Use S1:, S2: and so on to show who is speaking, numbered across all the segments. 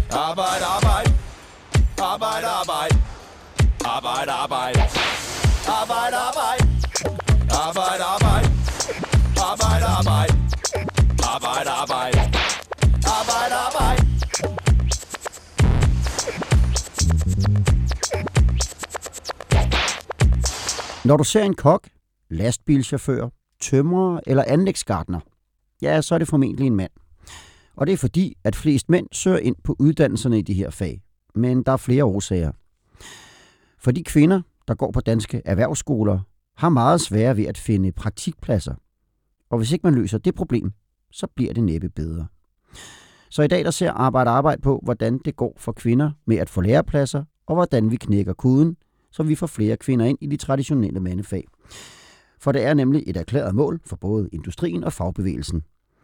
S1: Arbejde, arbejde. Arbejde, arbejde. Arbejde, arbejde. Arbejde, arbejde. Arbejde, arbejde. Arbejde, arbejde. Arbejde, arbejde. Arbejde, arbejde.
S2: Når du ser en kok, lastbilchauffør, tømrer eller anlægsgartner, ja, så er det formentlig en mand. Og det er fordi, at flest mænd søger ind på uddannelserne i de her fag. Men der er flere årsager. For de kvinder, der går på danske erhvervsskoler, har meget sværere ved at finde praktikpladser. Og hvis ikke man løser det problem, så bliver det næppe bedre. Så i dag der ser Arbejde på, hvordan det går for kvinder med at få lærepladser, og hvordan vi knækker koden, så vi får flere kvinder ind i de traditionelle mandefag. For det er nemlig et erklæret mål for både industrien og fagbevægelsen.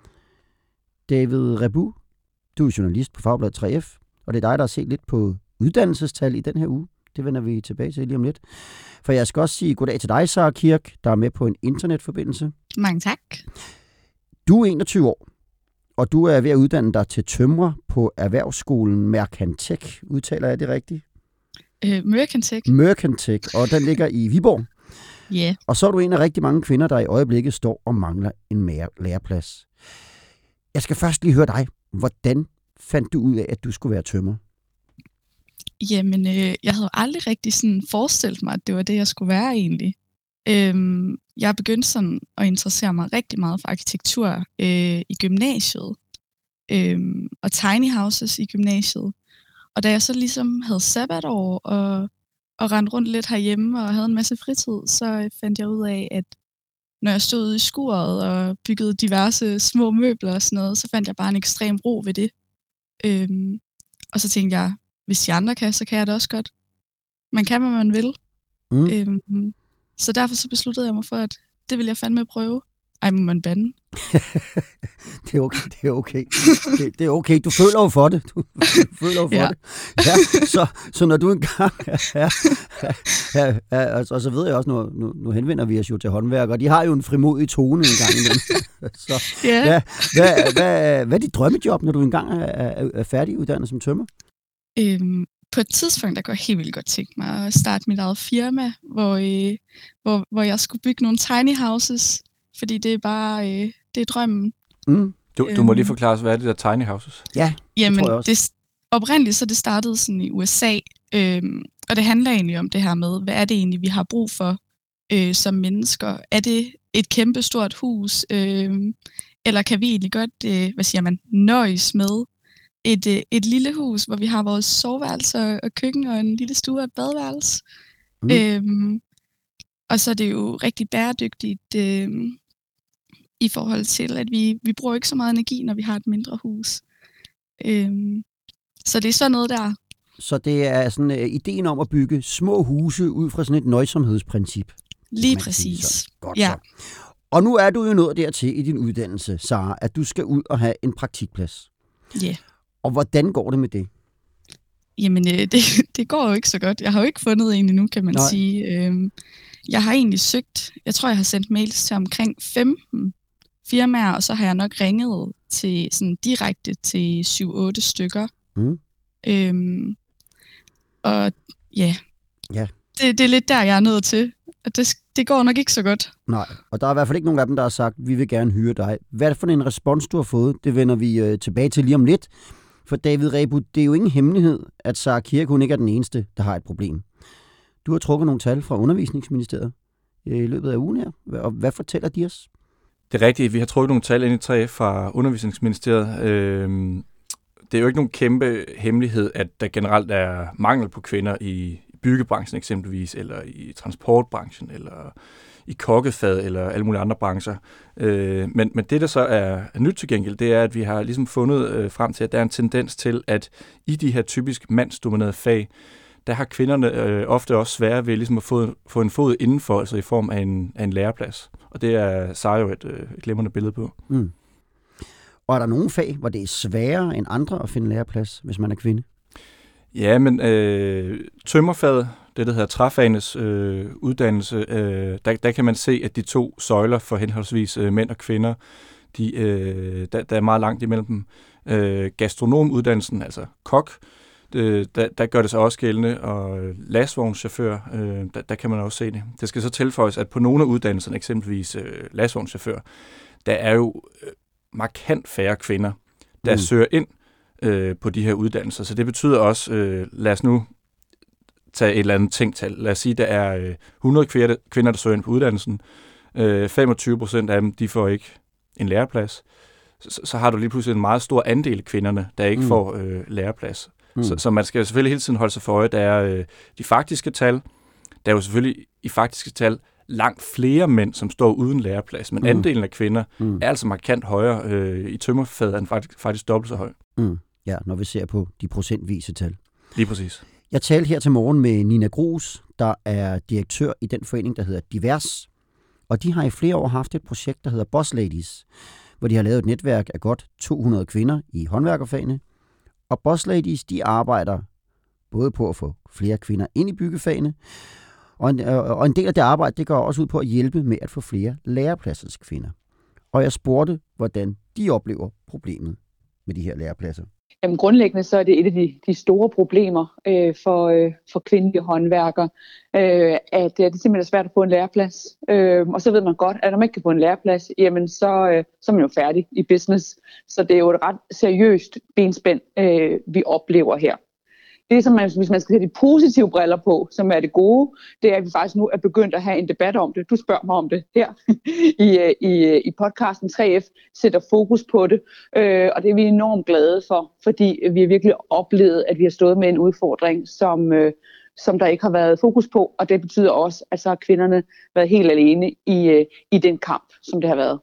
S2: David Rebu, du er journalist på Fagbladet 3F, og det er dig, der har set lidt på uddannelsestal i den her uge. Det vender vi tilbage til lige om lidt. For jeg skal også sige goddag til dig, Sara Kirk, der er med på en internetforbindelse.
S3: Mange tak.
S2: Du er 21 år, og du er ved at uddanne dig til tømrer på erhvervsskolen Mercantec. Udtaler jeg det rigtigt? Mercantec, og den ligger i Viborg.
S3: Ja. Yeah.
S2: Og så er du en af rigtig mange kvinder, der i øjeblikket står og mangler en læreplads. Jeg skal først lige høre dig. Hvordan fandt du ud af, at du skulle være tømrer?
S3: Jamen, jeg havde aldrig rigtig sådan forestillet mig, at det var det, jeg skulle være egentlig. Jeg begyndte sådan at interessere mig rigtig meget for arkitektur i gymnasiet. Og tiny houses i gymnasiet. Og da jeg så ligesom havde sabbatår og rendte rundt lidt herhjemme og havde en masse fritid, så fandt jeg ud af, at når jeg stod ude i skuret og byggede diverse små møbler og sådan noget, så fandt jeg bare en ekstrem ro ved det. Og så tænkte jeg, hvis de andre kan, så kan jeg det også godt. Man kan, hvad man vil. Så derfor så besluttede jeg mig for, at det vil jeg fandme prøve. Ej, må man bande?
S2: Det er okay. Det er okay. Du føler jo for det. Du føler jo for det. Ja, så når du engang og så ved jeg også, nu henvender vi os jo til håndværkere, de har jo en frimodig tone en gang imellem. Så, hvad er dit drømmejob, når du engang er færdiguddannet som tømrer?
S3: På et tidspunkt, der kunne jeg helt vildt godt tænke mig at starte mit eget firma, hvor jeg skulle bygge nogle tiny houses, fordi det er bare det er drømmen.
S4: Du må lige forklare os, hvad er det der tiny houses?
S2: Ja,
S3: jamen, det tror jeg også. Oprindeligt så det startede sådan i USA, og det handler egentlig om det her med, hvad er det egentlig, vi har brug for som mennesker? Er det et kæmpestort hus, eller kan vi egentlig godt, nøjes med et lille hus, hvor vi har vores soveværelse og køkken og en lille stue og et badeværelse? Og så er det jo rigtig bæredygtigt i forhold til, at vi bruger ikke så meget energi, når vi har et mindre hus. Så det er sådan noget der.
S2: Så det er sådan ideen om at bygge små huse ud fra sådan et nøjsomhedsprincip.
S3: Lige præcis.
S2: Godt så. Og nu er du jo nået dertil i din uddannelse, Sara, at du skal ud og have en praktikplads.
S3: Ja. Yeah.
S2: Og hvordan går det med det?
S3: Jamen, det går jo ikke så godt. Jeg har jo ikke fundet en endnu, kan man sige. Jeg har egentlig søgt, jeg tror, jeg har sendt mails til omkring 15 firmaer, og så har jeg nok ringet til sådan direkte til 7-8 stykker. Og ja. Det er lidt der, jeg er nået til. Det går nok ikke så godt.
S2: Nej, og der er i hvert fald ikke nogen af dem, der har sagt, vi vil gerne hyre dig. Hvad er det for en respons, du har fået? Det vender vi tilbage til lige om lidt. For David Rebu, det er jo ingen hemmelighed, at Sara Kirk, hun ikke er den eneste, der har et problem. Du har trukket nogle tal fra Undervisningsministeriet i løbet af ugen her. Og hvad fortæller de os?
S4: Det er rigtigt. Vi har trukket nogle tal ind i 3F fra Undervisningsministeriet. Det er jo ikke nogen kæmpe hemmelighed, at der generelt er mangel på kvinder i byggebranchen eksempelvis, eller i transportbranchen, eller i kokkefaget, eller alle mulige andre brancher. Men det, der så er nyt til gengæld, det er, at vi har ligesom fundet frem til, at der er en tendens til, at i de her typisk mandsdominerede fag, der har kvinderne ofte også svære ved ligesom at få en fod indenfor, altså i form af en læreplads. Og det er Sara jo et glimrende billede på.
S2: Og er der nogle fag, hvor det er sværere end andre at finde læreplads, hvis man er kvinde?
S4: Ja, men tømmerfaget, det der hedder træfagenes uddannelse, der kan man se, at de to søjler for henholdsvis mænd og kvinder, der er meget langt imellem dem. Gastronomuddannelsen, altså kok, der gør det så også gældende, og lastvognschauffør, der kan man også se det. Det skal så tilføjes, at på nogle af uddannelserne, eksempelvis lastvognschauffør, der er jo markant færre kvinder, der søger ind på de her uddannelser. Så det betyder også, lad os nu tage et eller andet tænktal. Lad os sige, der er 100 kvinder, der søger ind på uddannelsen. 25% af dem, de får ikke en læreplads. Så har du lige pludselig en meget stor andel af kvinderne, der ikke får læreplads. Så man skal selvfølgelig hele tiden holde sig for øje, der er de faktiske tal. Der er jo selvfølgelig i faktiske tal langt flere mænd, som står uden læreplads, men andelen af kvinder er altså markant højere. I tømmerfaget er den faktisk dobbelt så høj.
S2: Ja, når vi ser på de procentvise tal.
S4: Lige præcis.
S2: Jeg talte her til morgen med Nina Grus, der er direktør i den forening, der hedder Divers. Og de har i flere år haft et projekt, der hedder Boss Ladies, hvor de har lavet et netværk af godt 200 kvinder i håndværkerfagene. Og Boss Ladies, de arbejder både på at få flere kvinder ind i byggefagene, og en del af det arbejde, det går også ud på at hjælpe med at få flere lærepladser til kvinder. Og jeg spurgte, hvordan de oplever problemet med de her lærepladser.
S5: Jamen, grundlæggende så er det et af de store problemer for kvindelige håndværkere, at det simpelthen er svært at få en læreplads. Og så ved man godt, at når man ikke kan få en læreplads, jamen så er man jo færdig i business. Så det er jo et ret seriøst benspænd, vi oplever her. Det, som hvis man skal have de positive briller på, som er det gode, det er, at vi faktisk nu er begyndt at have en debat om det. Du spørger mig om det her i podcasten. 3F sætter fokus på det, og det er vi enormt glade for, fordi vi har virkelig oplevet, at vi har stået med en udfordring, som der ikke har været fokus på, og det betyder også, at så har kvinderne været helt alene i den kamp, som det har været.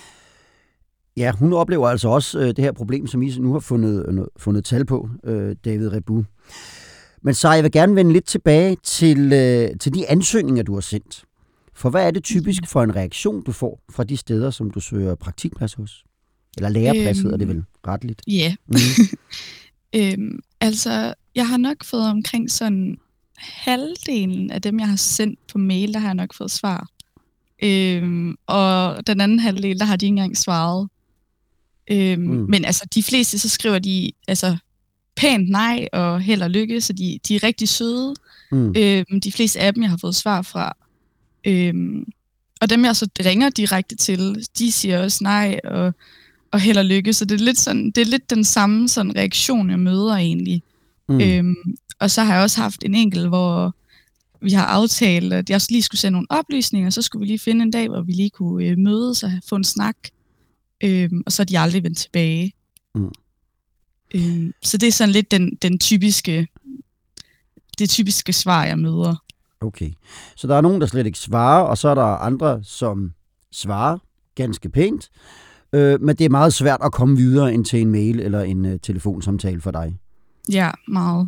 S2: Ja, hun oplever altså også det her problem, som I nu har fundet tal på, David Rebu. Men så jeg vil gerne vende lidt tilbage til de ansøgninger, du har sendt. For hvad er det typisk for en reaktion, du får fra de steder, som du søger praktikplads hos? Eller læreplads hedder det vel retteligt?
S3: Ja. Yeah. Altså, jeg har nok fået omkring sådan halvdelen af dem, jeg har sendt på mail, der har jeg nok fået svar. Og den anden halvdel, der har de ikke engang svaret. Men altså, de fleste, så skriver de altså pænt nej og held og lykke, så de er rigtig søde. De fleste af dem, jeg har fået svar fra. Og dem, jeg så ringer direkte til, de siger også nej og held og lykke, så det er lidt den samme sådan reaktion, jeg møder egentlig. Og så har jeg også haft en enkelt, hvor vi har aftalt, at jeg lige skulle sende nogle oplysninger, så skulle vi lige finde en dag, hvor vi lige kunne mødes og få en snak. Og så er de aldrig vendt tilbage. Så det er sådan lidt det typiske svar, jeg møder.
S2: Okay. Så der er nogen, der slet ikke svarer, og så er der andre, som svarer ganske pænt. Men det er meget svært at komme videre end til en mail eller en telefonsamtale for dig.
S3: Ja, meget.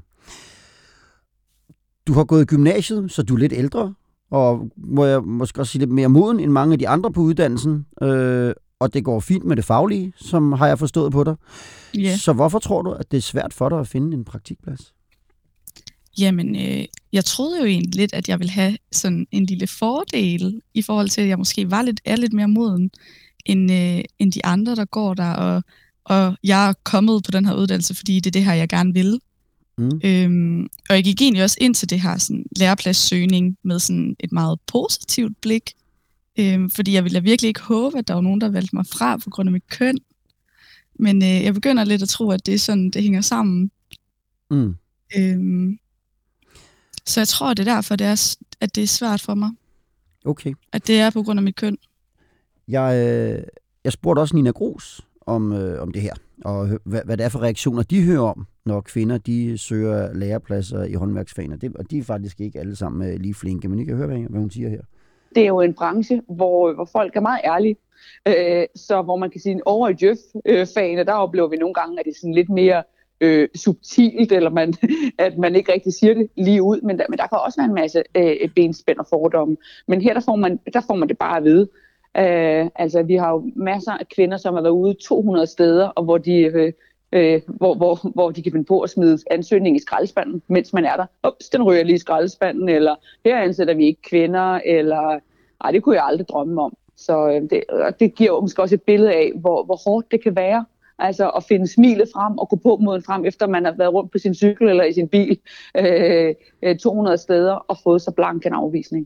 S2: Du har gået i gymnasiet, så du er lidt ældre, og må jeg måske også sige lidt mere moden end mange af de andre på uddannelsen. Og det går fint med det faglige, som har jeg forstået på dig.
S3: Yeah.
S2: Så hvorfor tror du, at det er svært for dig at finde en praktikplads?
S3: Jamen, jeg troede jo egentlig lidt, at jeg ville have sådan en lille fordel, i forhold til, at jeg måske er lidt mere moden, end de andre, der går der. Og jeg er kommet på den her uddannelse, fordi det er det her, jeg gerne vil. Og jeg gik egentlig også ind til det her sådan, lærepladssøgning med sådan et meget positivt blik. Fordi jeg ville virkelig ikke håbe, at der var nogen, der valgte mig fra på grund af mit køn. Men jeg begynder lidt at tro, at det er sådan, det hænger sammen. Så jeg tror, det er derfor, at det er svært for mig.
S2: Okay.
S3: At det er på grund af mit køn.
S2: Jeg spurgte også Nina Grus om det her, og hvad det er for reaktioner, de hører om, når kvinder de søger lærepladser i håndværksfagene. Og de er faktisk ikke alle sammen lige flinke, men I kan høre, hvad hun siger her.
S5: Det er jo en branche, hvor folk er meget ærlige. Så hvor man kan sige, over i Djøf-fagene, der oplever vi nogle gange, at det er sådan lidt mere subtilt, eller at man ikke rigtig siger det lige ud. Men der kan også være en masse benspænd og fordomme. Men her der får man det bare at vide. Altså, vi har jo masser af kvinder, som har været ude 200 steder, og hvor de kan finde på at smide ansøgning i skraldespanden, mens man er der. Ups, den ryger lige i skraldespanden, eller her ansætter vi ikke kvinder, eller nej, det kunne jeg aldrig drømme om. Så det giver jo måske også et billede af, hvor hårdt det kan være Altså at finde smilet frem og gå på moden frem, efter man har været rundt på sin cykel eller i sin bil 200 steder og fået så blank en afvisning.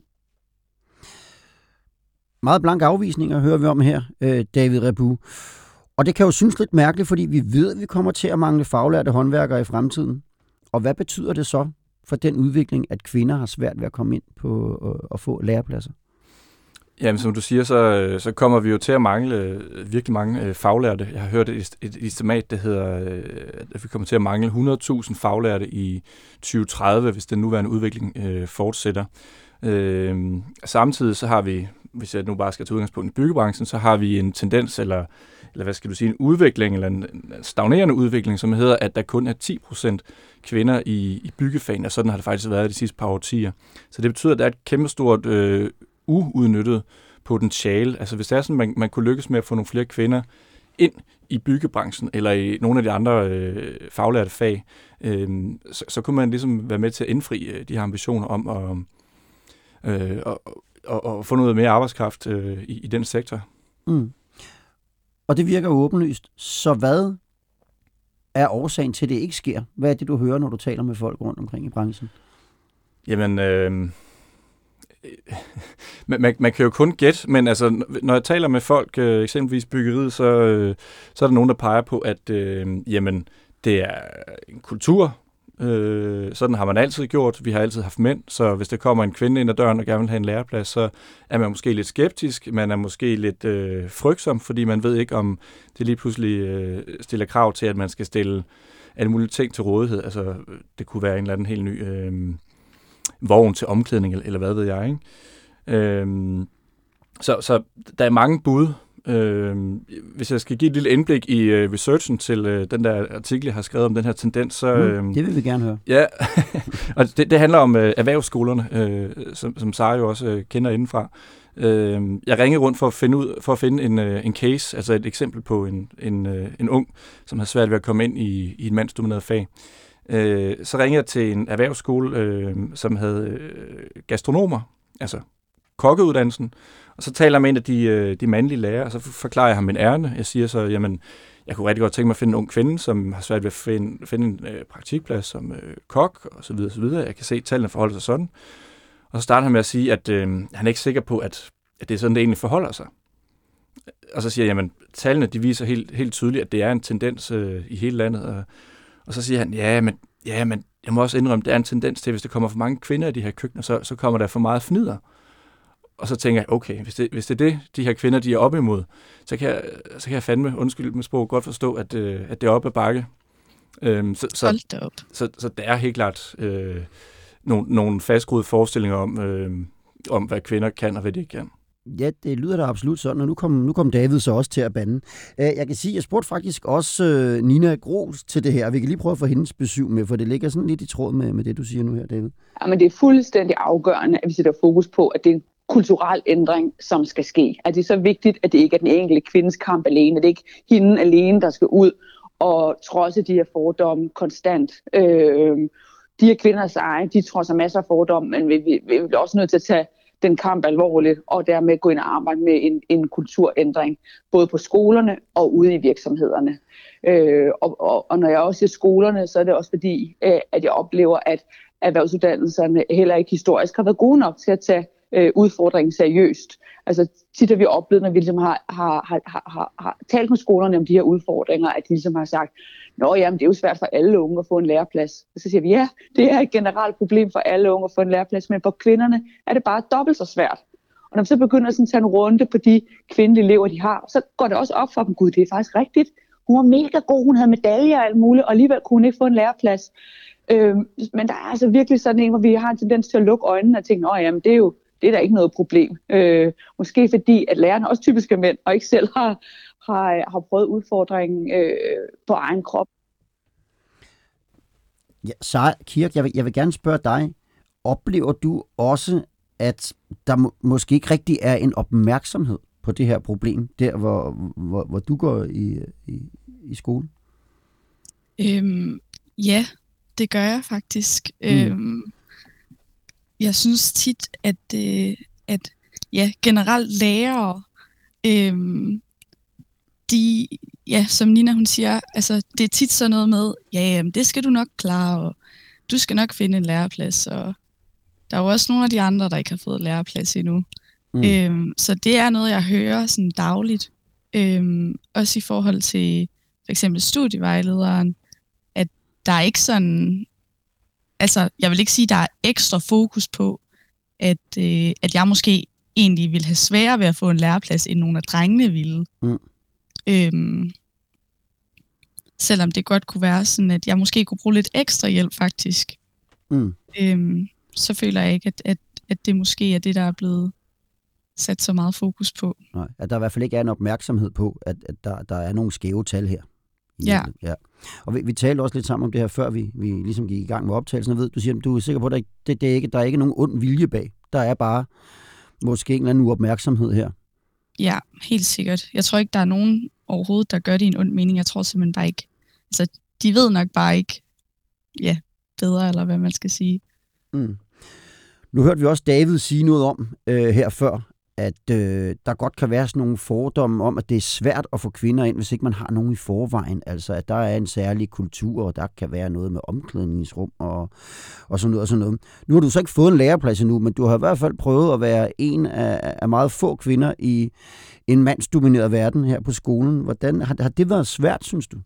S2: Meget blanke afvisninger hører vi om her, David Rebu. Og det kan jo synes lidt mærkeligt, fordi vi ved, at vi kommer til at mangle faglærte håndværkere i fremtiden. Og hvad betyder det så for den udvikling, at kvinder har svært ved at komme ind på at få lærepladser?
S4: Jamen, som du siger, så kommer vi jo til at mangle virkelig mange faglærte. Jeg har hørt et estimat, der hedder, at vi kommer til at mangle 100.000 faglærte i 2030, hvis den nuværende udvikling fortsætter. Samtidig så har vi, hvis jeg nu bare skal tage udgangspunkt i byggebranchen, så har vi en tendens, eller hvad skal du sige, en udvikling, eller en stagnerende udvikling, som hedder, at der kun er 10% kvinder i byggefagene, og sådan har det faktisk været de sidste par årtier. Så det betyder, at der er et kæmpestort uudnyttet potentiale. Altså hvis det er sådan, man kunne lykkes med at få nogle flere kvinder ind i byggebranchen, eller i nogle af de andre faglærte fag, så kunne man ligesom være med til at indfri de her ambitioner om at få noget mere arbejdskraft i den sektor. Mm.
S2: Og det virker åbenlyst. Så hvad er årsagen til, at det ikke sker? Hvad er det, du hører, når du taler med folk rundt omkring i branchen?
S4: Jamen, man kan jo kun gætte, men altså, når jeg taler med folk, eksempelvis byggeriet, så er der nogen, der peger på, at jamen, det er en kultur. Sådan har man altid gjort. Vi har altid haft mænd, så hvis der kommer en kvinde ind ad døren og gerne vil have en læreplads, så er man måske lidt skeptisk, man er måske lidt frygtsom, fordi man ved ikke, om det lige pludselig stiller krav til, at man skal stille alle mulige ting til rådighed. Altså, det kunne være en eller anden helt ny vogn til omklædning, eller hvad ved jeg, ikke? Så der er mange bud. Hvis jeg skal give et lille indblik i researchen til den der artikel, jeg har skrevet om den her tendens, så...
S2: det vil vi gerne høre.
S4: Ja, og det handler om erhvervsskolerne, som Sara jo også kender indenfra. Jeg ringede rundt for at finde en case, altså et eksempel på en ung, som har svært ved at komme ind i et mandsdomineret fag. Så ringede jeg til en erhvervsskole, som havde gastronomer, altså kokkeuddannelsen, og så taler jeg med en af de mandlige lærere, og så forklarer jeg ham min ærne. Jeg siger så, jamen, jeg kunne rigtig godt tænke mig at finde en ung kvinde, som har svært ved at finde en praktikplads som kok, og så videre, så videre. Jeg kan se, at tallene forholder sig sådan. Og så starter han med at sige, at han er ikke sikker på, at det er sådan, det egentlig forholder sig. Og så siger jeg, jamen, tallene de viser helt tydeligt, at det er en tendens i hele landet. Og så siger han, ja, men jeg må også indrømme, at det er en tendens til, hvis der kommer for mange kvinder i de her køkkener, så kommer der for meget fnider. Og så tænker jeg, okay, hvis det er det, de her kvinder, de er op imod, så kan jeg fandme, undskyld med sprog, godt forstå, at det er op ad bakke. Så der er helt klart nogle fastgroede forestillinger om, hvad kvinder kan og hvad de ikke kan.
S2: Ja, det lyder da absolut sådan, og nu kom David så også til at bande. Jeg kan sige, jeg spurgte faktisk også Nina Gros til det her, og vi kan lige prøve at få hendes besøg med, for det ligger sådan lidt i tråd med det, du siger nu her, David.
S5: Ja, men det er fuldstændig afgørende, at vi sætter fokus på, at det er en kulturel ændring, som skal ske. At det er så vigtigt, at det ikke er den enkelte kvindes kamp alene, at det ikke er hende alene, der skal ud og trodse de her fordomme konstant. De her kvinders eje, de trodser masser af fordomme, men vi er også nødt til at tage den kamp alvorligt, og dermed gå ind og arbejde med en kulturændring, både på skolerne og ude i virksomhederne. Og når jeg også siger skolerne, så er det også fordi, at jeg oplever, at erhvervsuddannelserne heller ikke historisk har været gode nok til at tage udfordringen seriøst. Altså tit har vi oplevet, når vi ligesom har talt med skolerne om de her udfordringer, at de ligesom har sagt, nå jamen, det er jo svært for alle unge at få en læreplads. Og så siger vi, ja, det er et generelt problem for alle unge at få en læreplads, men for kvinderne er det bare dobbelt så svært. Og når vi så begynder at tage en runde på de kvindelige elever, de har, så går det også op for dem, gud, det er faktisk rigtigt. Hun var mega god, hun havde medaljer og alt muligt, og alligevel kunne hun ikke få en læreplads. Men der er altså virkelig sådan en, hvor vi har en tendens til at lukke øjnene og tænke, nå jamen, det er da ikke noget problem. Måske fordi, at lærerne også typisk er mænd, og ikke selv har prøvet udfordringen på egen krop.
S2: Ja, Sara Kirk, jeg vil gerne spørge dig, oplever du også, at der måske ikke rigtig er en opmærksomhed på det her problem, der hvor du går i skole?
S3: Ja, det gør jeg faktisk. Jeg synes tit, at generelt lærere, ja, som Nina hun siger, altså det er tit sådan noget med, ja, jamen, det skal du nok klare, og du skal nok finde en læreplads, og der er jo også nogle af de andre, der ikke har fået læreplads endnu. Så det er noget, jeg hører sådan dagligt. Også i forhold til for eksempel studievejlederen, at der er ikke sådan, altså jeg vil ikke sige, at der er ekstra fokus på, at jeg måske egentlig ville have sværere ved at få en læreplads, end nogle af drengene ville. Selvom det godt kunne være sådan, at jeg måske kunne bruge lidt ekstra hjælp faktisk. Så føler jeg ikke, at det måske er det, der er blevet sat så meget fokus på.
S2: Nej, at der i hvert fald ikke er en opmærksomhed på, at der er nogle skæve tal her.
S3: Ja.
S2: Og vi talte også lidt sammen om det her, før vi ligesom gik i gang med optagelsen. Jeg ved, du siger, du er sikker på, at der er ikke nogen ond vilje bag. Der er bare måske en eller anden uopmærksomhed her.
S3: Ja, helt sikkert. Jeg tror ikke, der er nogen overhovedet, der gør det i en ond mening. Jeg tror simpelthen bare ikke. Altså, de ved nok bare ikke, bedre, eller hvad man skal sige.
S2: Nu hørte vi også David sige noget om her før, at der godt kan være sådan nogle fordomme om, at det er svært at få kvinder ind, hvis ikke man har nogen i forvejen. Altså, at der er en særlig kultur, og der kan være noget med omklædningsrum og sådan noget og sådan noget. Nu har du så ikke fået en læreplads endnu, men du har i hvert fald prøvet at være en af meget få kvinder i en mandsdomineret verden her på skolen. Hvordan har det været svært, synes du?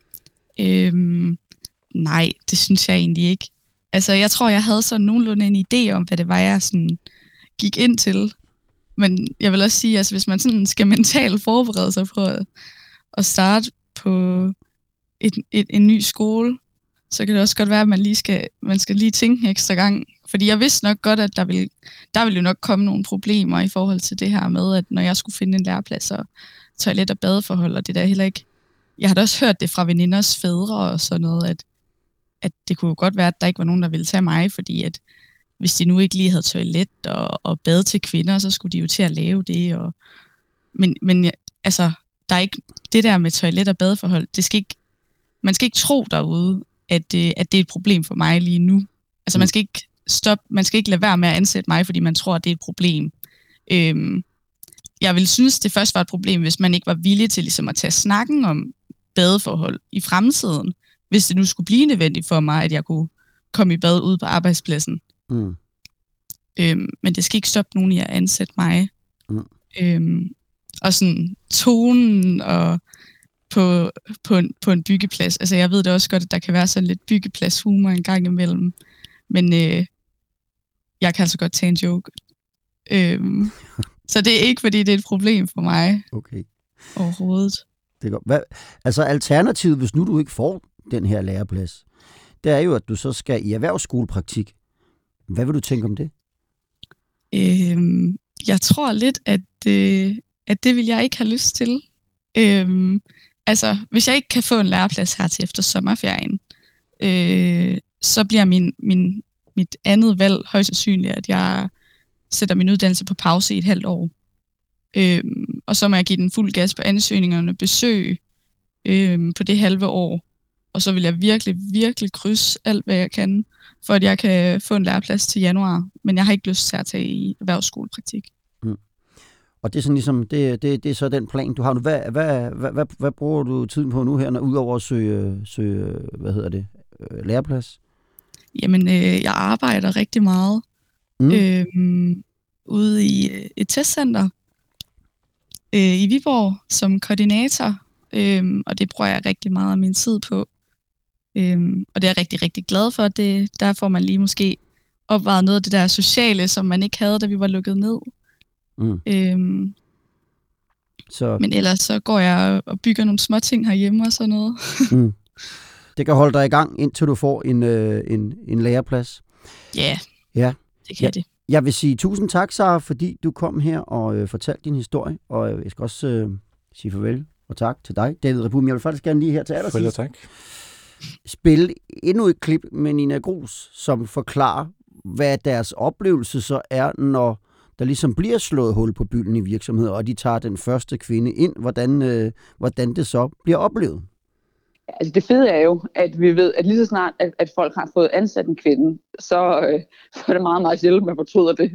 S3: Nej, det synes jeg egentlig ikke. Altså, jeg tror, jeg havde sådan nogenlunde en idé om, hvad det var, jeg sådan gik ind til. Men jeg vil også sige, altså hvis man sådan skal mentalt forberede sig på at starte på en ny skole, så kan det også godt være, at man skal lige tænke en ekstra gang. Fordi jeg vidste nok godt, at der vil jo nok komme nogle problemer i forhold til det her med, at når jeg skulle finde en læreplads og toilet- og badeforhold, og det der heller ikke. Jeg har da også hørt det fra veninders fædre og sådan noget, at det kunne jo godt være, at der ikke var nogen, der ville tage mig, fordi at hvis de nu ikke lige havde toilet og bad til kvinder, så skulle de jo til at lave det. Men altså, der er ikke det der med toilet- og badeforhold. Man skal ikke tro derude, at det er et problem for mig lige nu. Altså, man skal ikke lade være med at ansætte mig, fordi man tror, at det er et problem. Jeg ville synes, det først var et problem, hvis man ikke var villig til ligesom at tage snakken om badeforhold i fremtiden, hvis det nu skulle blive nødvendigt for mig, at jeg kunne komme i bad ude på arbejdspladsen. Men det skal ikke stoppe nogen i at ansætte mig. Og sådan tonen og på en byggeplads. Altså jeg ved det også godt, at der kan være sådan lidt byggepladshumor en gang imellem. Men jeg kan altså godt tage en joke. Så det er ikke, fordi det er et problem for mig.
S2: Okay.
S3: Overhovedet.
S2: Det er godt. Altså alternativet, hvis nu du ikke får den her læreplads, det er jo, at du så skal i erhvervsskolepraktik. Hvad vil du tænke om det?
S3: Jeg tror lidt, at det vil jeg ikke have lyst til. Altså, hvis jeg ikke kan få en læreplads her til efter sommerferien, så bliver mit andet valg højst sandsynligt, at jeg sætter min uddannelse på pause i et halvt år. Og så må jeg give den fuld gas på ansøgningerne, besøg på det halve år. Og så vil jeg virkelig, virkelig krydse alt, hvad jeg kan, for at jeg kan få en læreplads til januar. Men jeg har ikke lyst til at tage i erhvervsskolepraktik.
S2: Og det er sådan ligesom, det er så den plan, du har nu. Hvad bruger du tiden på nu her, udover at søge læreplads? Jamen,
S3: jeg arbejder rigtig meget ude i et testcenter i Viborg som koordinator. Og det bruger jeg rigtig meget af min tid på. Og det er jeg rigtig, rigtig glad for. Der får man lige måske opvejet noget af det der sociale, som man ikke havde, da vi var lukket ned. Men ellers så går jeg og bygger nogle små ting herhjemme og sådan noget.
S2: Det kan holde dig i gang, indtil du får en læreplads.
S3: Ja, det kan det.
S2: Jeg vil sige tusind tak, Sara, fordi du kom her og fortalte din historie. Og jeg skal også sige farvel og tak til dig, David Rebum. Jeg vil faktisk gerne lige her til allersidst spille endnu et klip med Nina Grus, som forklarer, hvad deres oplevelse så er, når der ligesom bliver slået hul på bylden i virksomheder, og de tager den første kvinde ind. Hvordan det så bliver oplevet?
S5: Altså det fede er jo, at vi ved, at lige så snart, at folk har fået ansat en kvinde, så er det meget, meget sjældent, man fortryder det.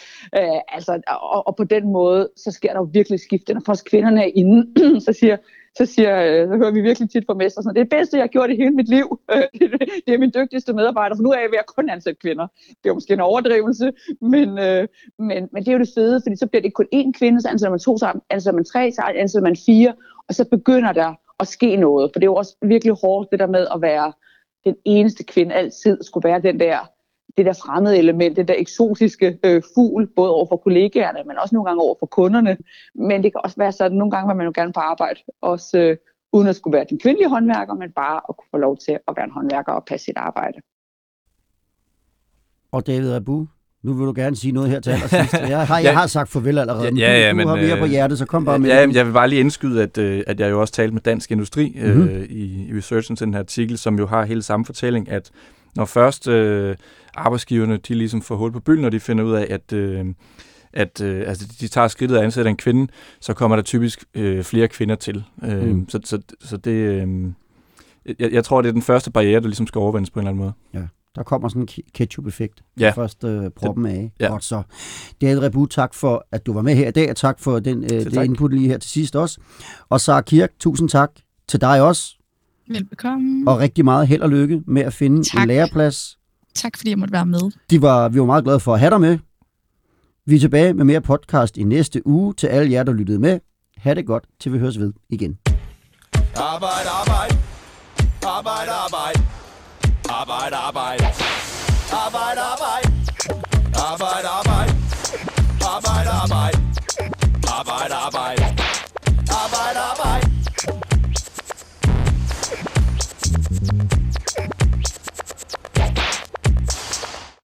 S5: Og på den måde, så sker der jo virkelig skift. Når først kvinderne er inde, så siger så hører vi virkelig tit fra mester, sådan, det er det bedste, jeg har gjort i hele mit liv. Det er min dygtigste medarbejder, for nu er jeg ved at kun ansætte kvinder. Det er jo måske en overdrivelse, men det er jo det fede, fordi så bliver det ikke kun én kvinde, så ansætter man 2, så ansætter man 3, så ansætter man 4, og så begynder der at ske noget. For det er jo også virkelig hårdt, det der med at være den eneste kvinde, altid skulle være det der fremmede element, det der eksotiske fugl, både over for kollegaerne, men også nogle gange over for kunderne. Men det kan også være sådan, nogle gange vil man jo gerne på arbejde, også uden at skulle være den kvindelige håndværker, men bare at kunne få lov til at være en håndværker og passe sit arbejde.
S2: Og David Abu, nu vil du gerne sige noget her til allersidst. Jeg har sagt farvel allerede. Du har mere på hjertet, så kom bare med.
S4: Ja, jeg vil bare lige indskyde, at jeg jo også talte med Dansk Industri i researchen til den her artikel, som jo har hele samme fortælling, at når først arbejdsgiverne de ligesom får hul på bylden, og de finder ud af, at de tager skridtet at ansætte en kvinde, så kommer der typisk flere kvinder til. Så det, jeg tror, det er den første barriere, der ligesom skal overvindes på en eller anden måde.
S2: Ja. Der kommer sådan en ketchup-effekt.
S4: Ja.
S2: Først proppen af.
S4: Ja.
S2: Godt så. David Abu, tak for, at du var med her i dag, og tak for det input lige her til sidst også. Og Sara Kirk, tusind tak til dig også.
S3: Velbekomme.
S2: Og rigtig meget held og lykke med at finde en læreplads.
S3: Tak fordi jeg måtte være med. Vi
S2: var meget glade for at have dig med. Vi er tilbage med mere podcast i næste uge. Til alle jer, der lyttede med. Ha' det godt, til vi høres ved igen.
S1: Arbejde, arbejde. Arbejde, arbejde. Arbejde, arbejde. Arbejde, arbejde. Arbejde, arbejde. Arbejde, arbejde. Arbejde, arbejde.